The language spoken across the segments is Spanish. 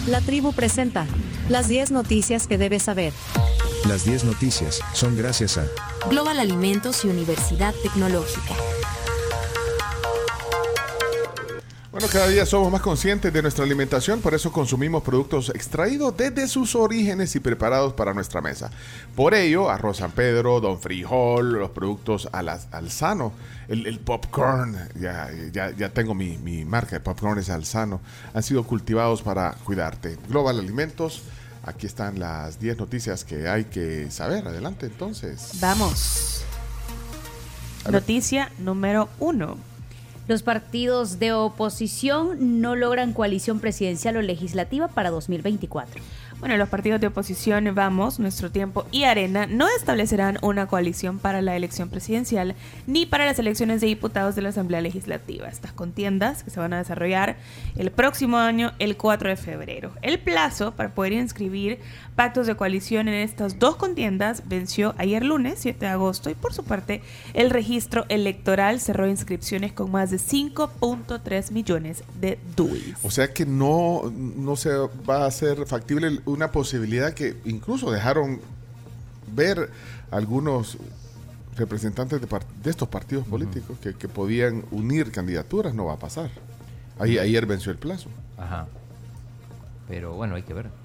La Tribu presenta las 10 noticias que debes saber. Las 10 noticias son gracias a Global Alimentos y Universidad Tecnológica. Bueno, cada día somos más conscientes de nuestra alimentación, por eso consumimos productos extraídos desde sus orígenes y preparados para nuestra mesa. Por ello, Arroz San Pedro, Don Frijol, los productos Alsano, el popcorn, ya tengo mi marca de popcorn, es Alsano, han sido cultivados para cuidarte. Global Alimentos, aquí están las 10 noticias que hay que saber. Adelante, entonces. Vamos. Noticia número 1. Los partidos de oposición no logran coalición presidencial o legislativa para 2024. Bueno, los partidos de oposición Vamos, Nuestro Tiempo y Arena no establecerán una coalición para la elección presidencial ni para las elecciones de diputados de la Asamblea Legislativa. Estas contiendas que se van a desarrollar el próximo año, el 4 de febrero. El plazo para poder inscribir pactos de coalición en estas dos contiendas venció ayer lunes, 7 de agosto, y por su parte el registro electoral cerró inscripciones con más de 5.3 millones de DUIs. O sea que no se va a hacer factible una posibilidad que incluso dejaron ver algunos representantes de estos partidos políticos que podían unir candidaturas. No va a pasar. Ayer venció el plazo. Ajá. Pero bueno, hay que ver.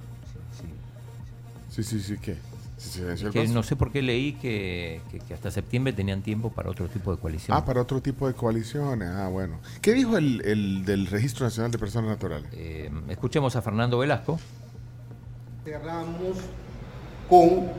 Sí, ¿qué? Si venció el Que plazo. no sé por qué leí que hasta septiembre tenían tiempo para otro tipo de coalición. Para otro tipo de coaliciones. Bueno. ¿Qué dijo el del Registro Nacional de Personas Naturales? Escuchemos a Fernando Velasco. Cerramos con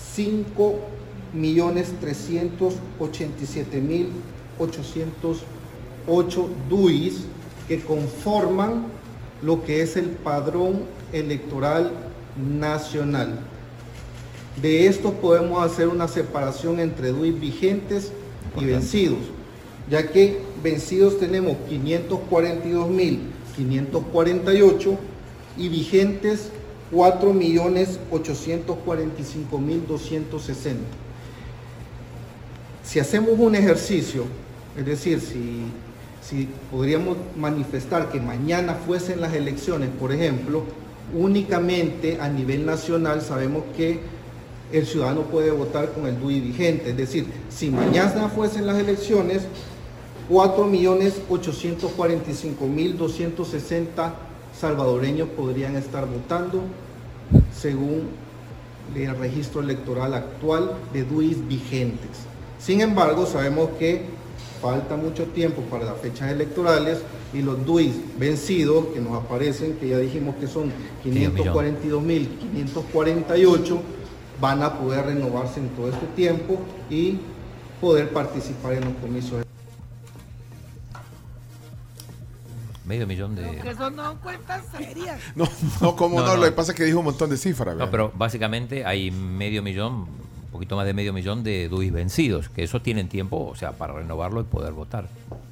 5.387.808 DUIs que conforman lo que es el padrón electoral nacional. De estos podemos hacer una separación entre DUIs vigentes y vencidos, ya que vencidos tenemos 542.548 y vigentes 4.845.260. Si hacemos un ejercicio, es decir, si podríamos manifestar que mañana fuesen las elecciones, por ejemplo, únicamente a nivel nacional sabemos que el ciudadano puede votar con el DUI vigente. Es decir, si mañana fuesen las elecciones, 4.845.260 salvadoreños podrían estar votando según el registro electoral actual de DUIs vigentes. Sin embargo, sabemos que falta mucho tiempo para las fechas electorales y los DUIs vencidos que nos aparecen, que ya dijimos que son 542.548, van a poder renovarse en todo este tiempo y poder participar en los comicios. Medio millón de... Que eso no cuentas serias. No, lo que pasa es que dijo un montón de cifras. No, pero básicamente hay medio millón, un poquito más de medio millón de DUIs vencidos, que eso tienen tiempo, o sea, para renovarlo y poder votar.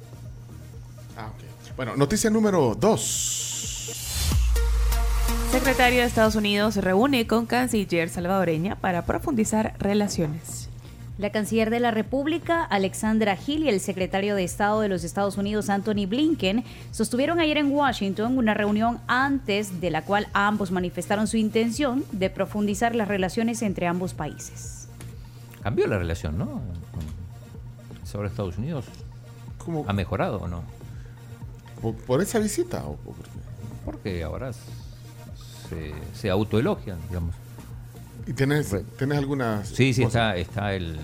Ok. Bueno, noticia número 2. Secretario de Estados Unidos se reúne con canciller salvadoreña para profundizar relaciones. La canciller de la República, Alexandra Hill, y el secretario de Estado de los Estados Unidos, Anthony Blinken, sostuvieron ayer en Washington una reunión antes de la cual ambos manifestaron su intención de profundizar las relaciones entre ambos países. Cambió la relación, ¿no? Sobre Estados Unidos. ¿Cómo? ¿Ha mejorado o no? ¿Por esa visita? ¿O por qué? Porque ahora se autoelogian, digamos. ¿Y tienes alguna? Sí, está el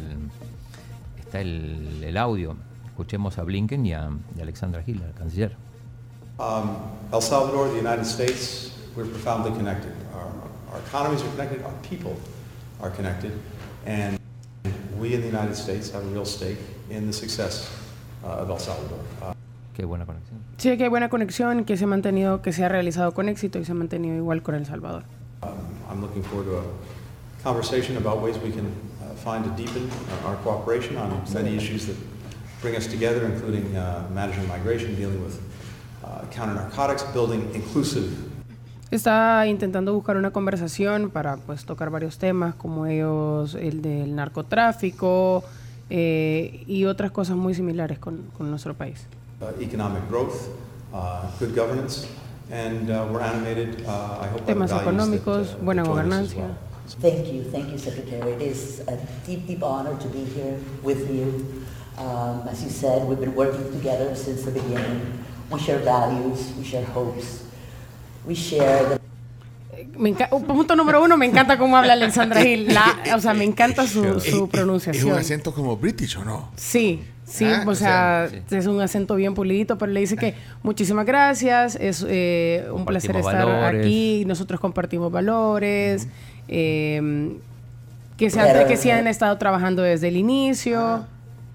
audio. Escuchemos a Blinken y a Alexandra Hill, al canciller. El Salvador, the United States, we're profoundly connected. Our economies are connected, our people are connected, and we in the United States have a real stake in the success of El Salvador. Qué buena conexión. Sí, qué buena conexión que se ha realizado con éxito y se ha mantenido igual con El Salvador. I'm looking forward to a conversation about ways we can find to deepen our cooperation on many issues that bring us together, including managing migration, dealing with counter-narcotics, building inclusive. Está intentando buscar una conversación para tocar varios temas, como ellos el del narcotráfico y otras cosas muy similares con nuestro país. Economic growth, good governance, And we're animated, I hope, by the Temas values económicos, that buena join us as gobernanza. well. Thank you, Secretary. It is a deep, deep honor to be here with you. As you said, we've been working together since the beginning. We share values, we share hopes, we share the... Punto número 1, me encanta cómo habla Alexandra Hill. O sea, me encanta su pronunciación. ¿Es un acento como british o no? Sí, o sea, es un acento bien pulidito, pero le dice que muchísimas gracias, es un placer estar aquí, nosotros compartimos valores, que sí han estado trabajando desde el inicio.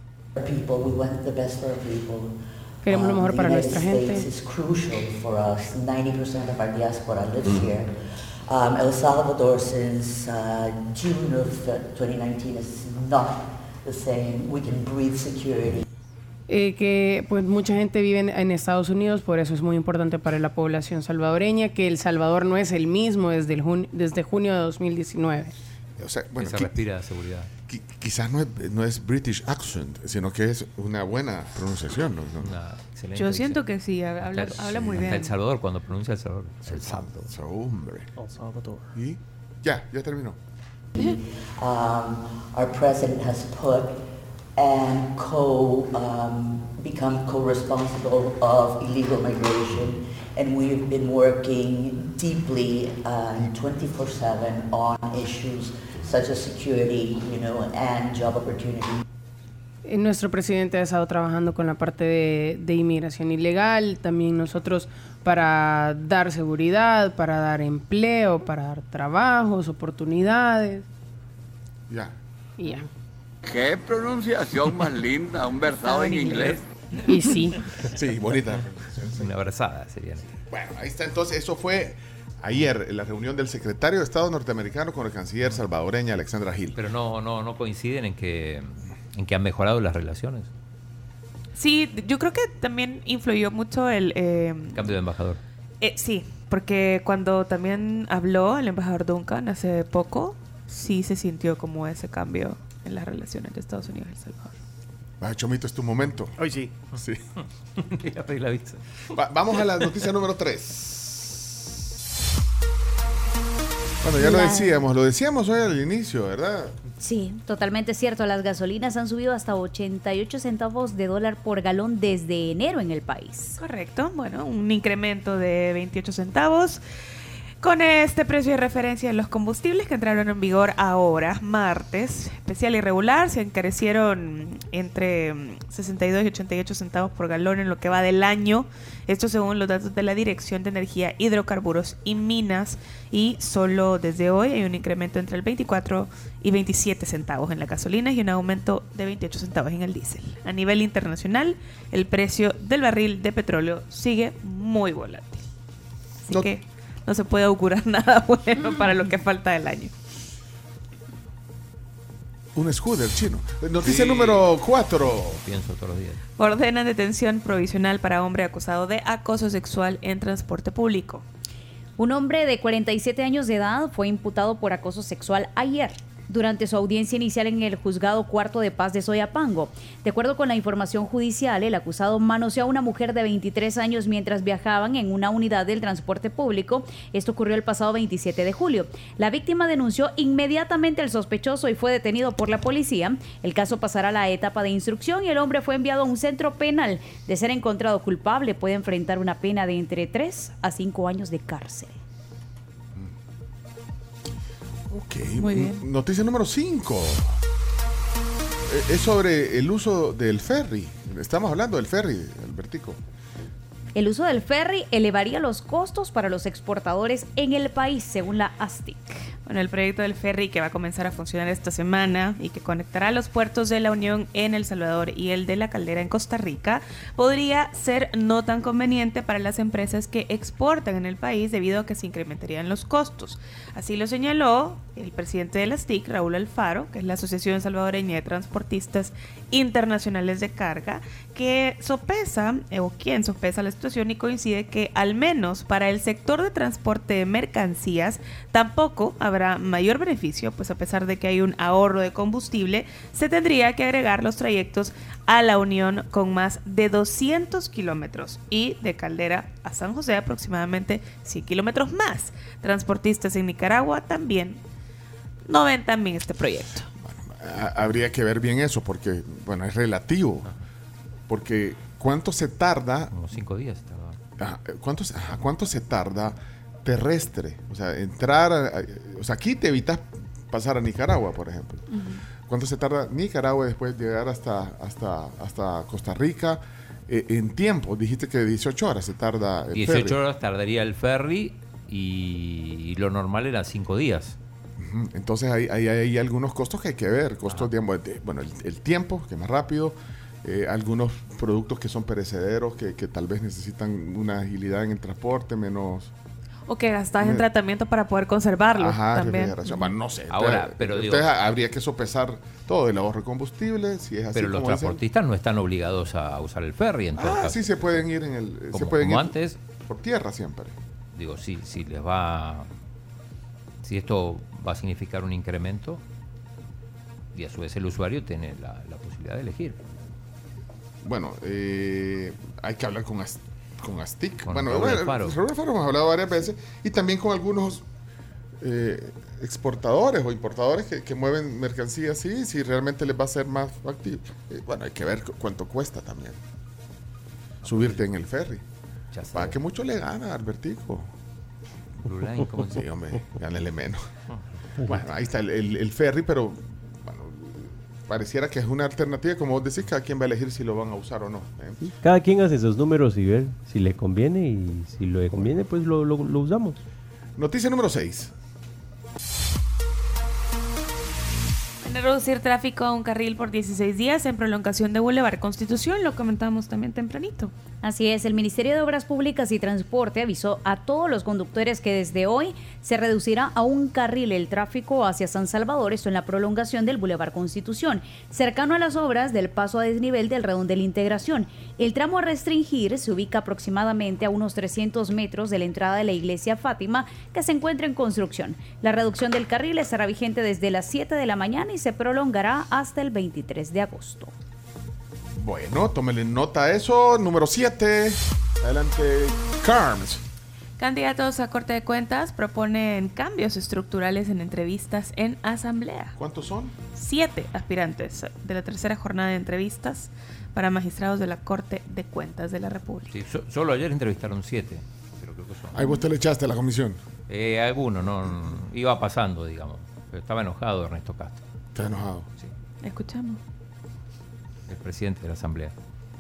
Queremos lo mejor para nuestra gente. El Salvador since June of 2019 is not the same. We can breathe security. Que pues mucha gente vive en Estados Unidos, por eso es muy importante para la población salvadoreña que El Salvador no es el mismo desde junio de 2019. O sea, bueno, se respira seguridad. Quizás no es British accent, sino que es una buena pronunciación. ¿No? Yo siento que sí, habla muy bien. El Salvador, cuando pronuncia El Salvador. El Salvador. Hombre. El Salvador. ¿Y? Ya terminó. Our president has put and become co-responsible of illegal migration, and we've been working deeply 24/7 on issues such as security, and job opportunity. Nuestro presidente ha estado trabajando con la parte de inmigración ilegal, también nosotros para dar seguridad, para dar empleo, para dar trabajos, oportunidades. Ya. Qué pronunciación más linda, un versado en inglés. Y sí. Sí, bonita. Una versada sería. Bueno, ahí está entonces, eso fue ayer en la reunión del secretario de Estado norteamericano con el canciller salvadoreña Alexandra Hill. Pero no coinciden en que han mejorado las relaciones. Sí, yo creo que también influyó mucho el... cambio de embajador. Sí, porque cuando también habló el embajador Duncan hace poco, sí se sintió como ese cambio en las relaciones de Estados Unidos y El Salvador. Chomito, es tu momento. Hoy sí. Ya pedí la vista. Vamos a la noticia número 3. Bueno, ya lo decíamos hoy al inicio, ¿verdad? Sí, totalmente cierto. Las gasolinas han subido hasta 88 centavos de dólar por galón desde enero en el país. Correcto, bueno, un incremento de 28 centavos. Con este precio de referencia de los combustibles que entraron en vigor ahora, martes, especial y regular, se encarecieron entre 62 y 88 centavos por galón en lo que va del año. Esto según los datos de la Dirección de Energía, Hidrocarburos y Minas. Y solo desde hoy hay un incremento entre el 24 y 27 centavos en la gasolina y un aumento de 28 centavos en el diésel. A nivel internacional, el precio del barril de petróleo sigue muy volátil. Así que no se puede augurar nada bueno para lo que falta del año. Un scooter chino. Noticia número 4. Pienso todos los días. Ordenan detención provisional para hombre acusado de acoso sexual en transporte público. Un hombre de 47 años de edad fue imputado por acoso sexual ayer durante su audiencia inicial en el Juzgado Cuarto de Paz de Soyapango. De acuerdo con la información judicial, el acusado manoseó a una mujer de 23 años mientras viajaban en una unidad del transporte público. Esto ocurrió el pasado 27 de julio. La víctima denunció inmediatamente al sospechoso y fue detenido por la policía. El caso pasará a la etapa de instrucción y el hombre fue enviado a un centro penal. De ser encontrado culpable, puede enfrentar una pena de entre 3 a 5 años de cárcel. Ok, muy bien. Noticia número 5. Es sobre el uso del ferry. Estamos hablando del ferry, Albertico. El uso del ferry elevaría los costos para los exportadores en el país, según la ASTIC. Bueno, el proyecto del ferry que va a comenzar a funcionar esta semana y que conectará los puertos de la Unión en El Salvador y el de La Caldera en Costa Rica podría ser no tan conveniente para las empresas que exportan en el país debido a que se incrementarían los costos. Así lo señaló el presidente de la ASTIC, Raúl Alfaro, que es la Asociación Salvadoreña de Transportistas Internacionales de Carga, que sopesa, quien sopesa la situación y coincide que al menos para el sector de transporte de mercancías tampoco habrá mayor beneficio, pues a pesar de que hay un ahorro de combustible, se tendría que agregar los trayectos a La Unión con más de 200 kilómetros y de Caldera a San José aproximadamente 100 kilómetros más. Transportistas en Nicaragua también no ven también este proyecto. Habría que ver bien eso porque, bueno, es relativo. Porque ¿cuánto se tarda? Como 5 días. ¿Cuánto se tarda terrestre? O sea, o sea, aquí te evitas pasar a Nicaragua, por ejemplo. ¿Cuánto se tarda Nicaragua después de llegar hasta Costa Rica? En tiempo, dijiste que 18 horas se tarda el 18 ferry. horas tardaría el ferry y lo normal era 5 días. Entonces hay algunos costos que hay que ver. Costos, digamos, el tiempo, que es más rápido. Algunos productos que son perecederos, que tal vez necesitan una agilidad en el transporte, menos... O que gastas en tratamiento para poder conservarlo también. Bueno, no sé. Ahora, entonces habría que sopesar todo el ahorro de combustible, si es así. Pero los transportistas no están obligados a usar el ferry, entonces. Sí, se pueden ir como antes. Por tierra siempre. Digo, si les va... Si esto va a significar un incremento, y a su vez el usuario tiene la posibilidad de elegir. Bueno, hay que hablar con ASTIC. Con Raúl Faro hemos hablado varias veces, y también con algunos exportadores o importadores que mueven mercancías, si realmente les va a ser más factible. Bueno, hay que ver cuánto cuesta también subirte en el ferry. Para que mucho le gana, Albertico. Blue Line, ¿cómo sí, hombre, gánale menos. Bueno, ahí está el ferry, pero bueno, pareciera que es una alternativa. Como vos decís, cada quien va a elegir si lo van a usar o no. Cada quien hace sus números y ver si le conviene, y si le conviene, pues lo usamos. Noticia número 6. Van a reducir tráfico a un carril por 16 días en prolongación de Boulevard Constitución, lo comentamos también tempranito. Así es, el Ministerio de Obras Públicas y Transporte avisó a todos los conductores que desde hoy se reducirá a un carril el tráfico hacia San Salvador, esto en la prolongación del Boulevard Constitución, cercano a las obras del paso a desnivel del Redondel Integración. El tramo a restringir se ubica aproximadamente a unos 300 metros de la entrada de la iglesia Fátima, que se encuentra en construcción. La reducción del carril estará vigente desde las 7 de la mañana y se prolongará hasta el 23 de agosto. Bueno, tómenle nota a eso. Número 7. Adelante, Carms. Candidatos a Corte de Cuentas proponen cambios estructurales en entrevistas en asamblea. ¿Cuántos son? 7 aspirantes de la tercera jornada de entrevistas para magistrados de la Corte de Cuentas de la República. Sí, solo ayer entrevistaron 7. Pero creo que son. Ahí vos te le echaste a la comisión. Alguno, no iba pasando, digamos. Pero estaba enojado Ernesto Castro. Está enojado. Sí. Escuchamos. El presidente de la Asamblea.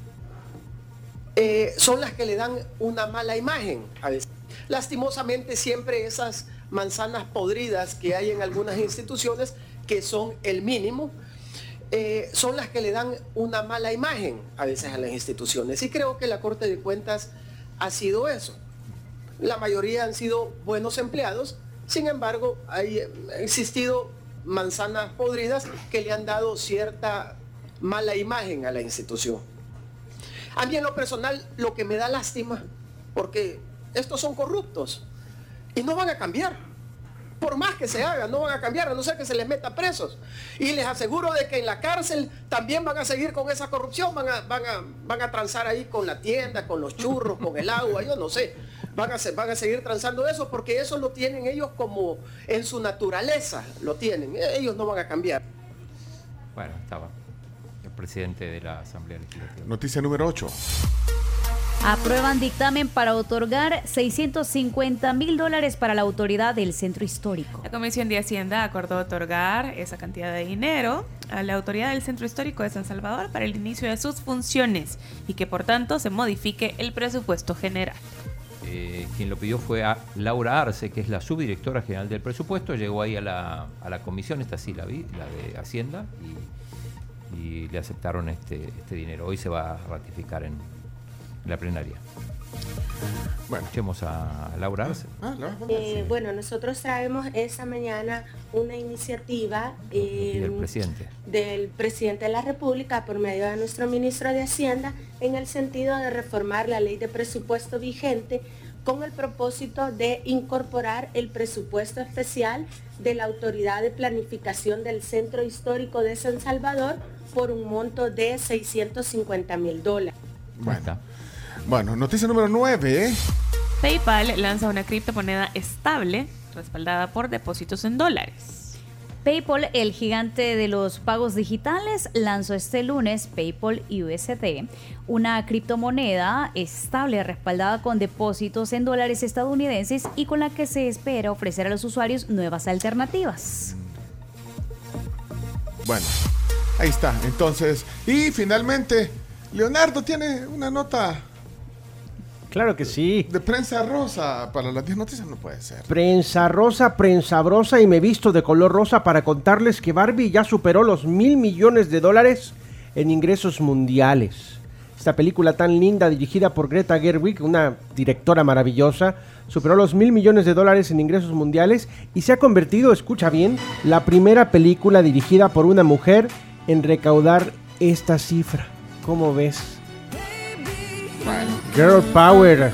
Son las que le dan una mala imagen a veces. Lastimosamente siempre esas manzanas podridas que hay en algunas instituciones, que son el mínimo, son las que le dan una mala imagen a veces a las instituciones. Y creo que la Corte de Cuentas ha sido eso. La mayoría han sido buenos empleados, sin embargo, ha existido manzanas podridas que le han dado cierta mala imagen a la institución. A mí en lo personal lo que me da lástima, porque estos son corruptos y no van a cambiar. Por más que se haga, no van a cambiar, a no ser que se les meta presos. Y les aseguro de que en la cárcel también van a seguir con esa corrupción, van a transar ahí con la tienda, con los churros, con el agua, yo no sé. Van a seguir transando eso, porque eso lo tienen ellos como en su naturaleza, lo tienen. Ellos no van a cambiar. Bueno, estaba el presidente de la Asamblea Legislativa. Noticia número 8. Aprueban dictamen para otorgar $650,000 para la autoridad del Centro Histórico. La Comisión de Hacienda acordó otorgar esa cantidad de dinero a la autoridad del Centro Histórico de San Salvador para el inicio de sus funciones y que por tanto se modifique el presupuesto general. Quien lo pidió fue a Laura Arce, que es la subdirectora general del presupuesto. Llegó ahí a la comisión, esta sí la vi, la de Hacienda, y le aceptaron este dinero. Hoy se va a ratificar en la plenaria. Bueno, escuchemos a Laura Arce. Bueno, nosotros traemos esta mañana una iniciativa del presidente de la República por medio de nuestro ministro de Hacienda en el sentido de reformar la ley de presupuesto vigente con el propósito de incorporar el presupuesto especial de la Autoridad de Planificación del Centro Histórico de San Salvador por un monto de $650,000. Bueno, noticia número 9. PayPal lanza una criptomoneda estable respaldada por depósitos en dólares. PayPal, el gigante de los pagos digitales, lanzó este lunes PayPal USD, una criptomoneda estable respaldada con depósitos en dólares estadounidenses y con la que se espera ofrecer a los usuarios nuevas alternativas. Bueno, ahí está. Entonces, y finalmente, Leonardo tiene una nota. Claro que sí. De prensa rosa para las 10 noticias no puede ser. Prensa rosa, prensa brosa, y me visto de color rosa para contarles que Barbie ya superó los $1,000 millones en ingresos mundiales. Esta película tan linda, dirigida por Greta Gerwig, una directora maravillosa, superó los $1,000 millones en ingresos mundiales y se ha convertido, escucha bien, la primera película dirigida por una mujer en recaudar esta cifra. ¿Cómo ves? Girl Power.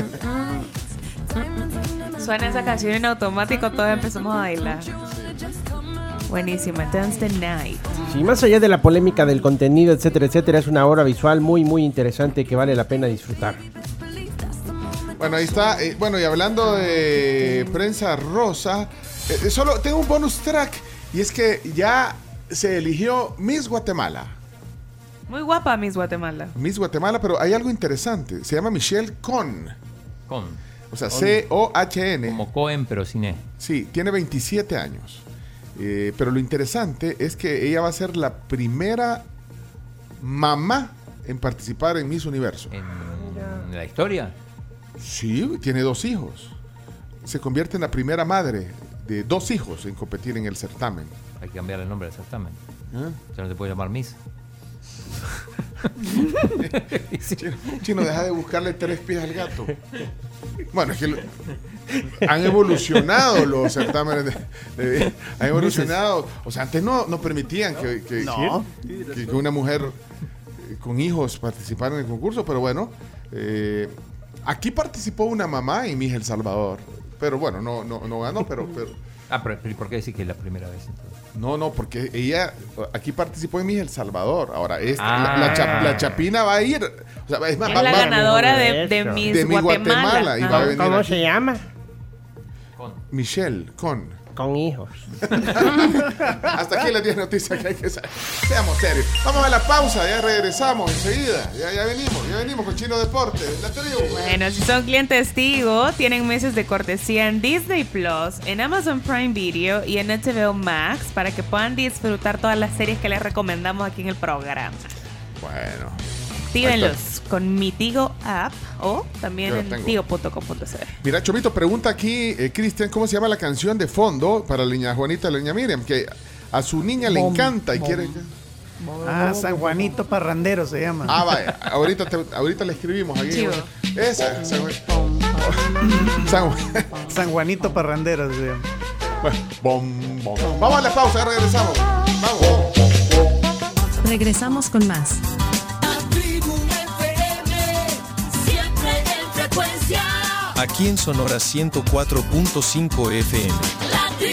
Suena esa canción en automático, todos empezamos a bailar. Buenísima, Dance the Night. Sí, más allá de la polémica del contenido, etcétera, etcétera, es una obra visual muy, muy interesante que vale la pena disfrutar. Bueno, ahí está. Bueno, y hablando de prensa rosa, solo tengo un bonus track, y es que ya se eligió Miss Guatemala. Muy guapa Miss Guatemala. Miss Guatemala, pero hay algo interesante. Se llama Michelle Cohn. Cohn. O sea, C-O-H-N. Como Cohen, pero sin E. Sí, tiene 27 años. Pero lo interesante es que ella va a ser la primera mamá en participar en Miss Universo. ¿En la historia? Sí, tiene 2 hijos. Se convierte en la primera madre de 2 hijos en competir en el certamen. Hay que cambiar el nombre del certamen. Ya no se puede llamar Miss. Chino, deja de buscarle 3 pies al gato. Bueno, es que han evolucionado los certámenes han evolucionado. O sea, antes no permitían que una mujer con hijos participara en el concurso, pero bueno, aquí participó una mamá en Miss El Salvador, pero bueno, no ganó, pero pero ¿por qué decir que es la primera vez entonces? No, porque ella aquí participó en Miss El Salvador. Ahora, la Chapina va a ir. O sea, es la ganadora de Miss Guatemala. Y va a venir. ¿Cómo aquí. se llama? Michelle Cohn. Con hijos. Hasta aquí las 10 noticias que hay que saber. Seamos serios. Vamos a la pausa, ya regresamos enseguida. Ya venimos con Chino Deporte. La tribu. Bueno, si son clientes Tigo, tienen meses de cortesía en Disney Plus, en Amazon Prime Video y en HBO Max para que puedan disfrutar todas las series que les recomendamos aquí en el programa. Bueno. Actívenlos con mi Tigo app o también en tigo.com.cr. Mira, Chomito, pregunta aquí, Cristian, ¿cómo se llama la canción de fondo para la niña Juanita y la niña Miriam? Que a su niña le encanta y quiere... San Juanito Parrandero se llama. Vaya, ahorita le escribimos aquí. Chivo. Esa, San Juanito Parrandero se llama. Bueno, vamos a la pausa, ya regresamos. Vamos. Regresamos con más. Aquí en Sonora 104.5 FM.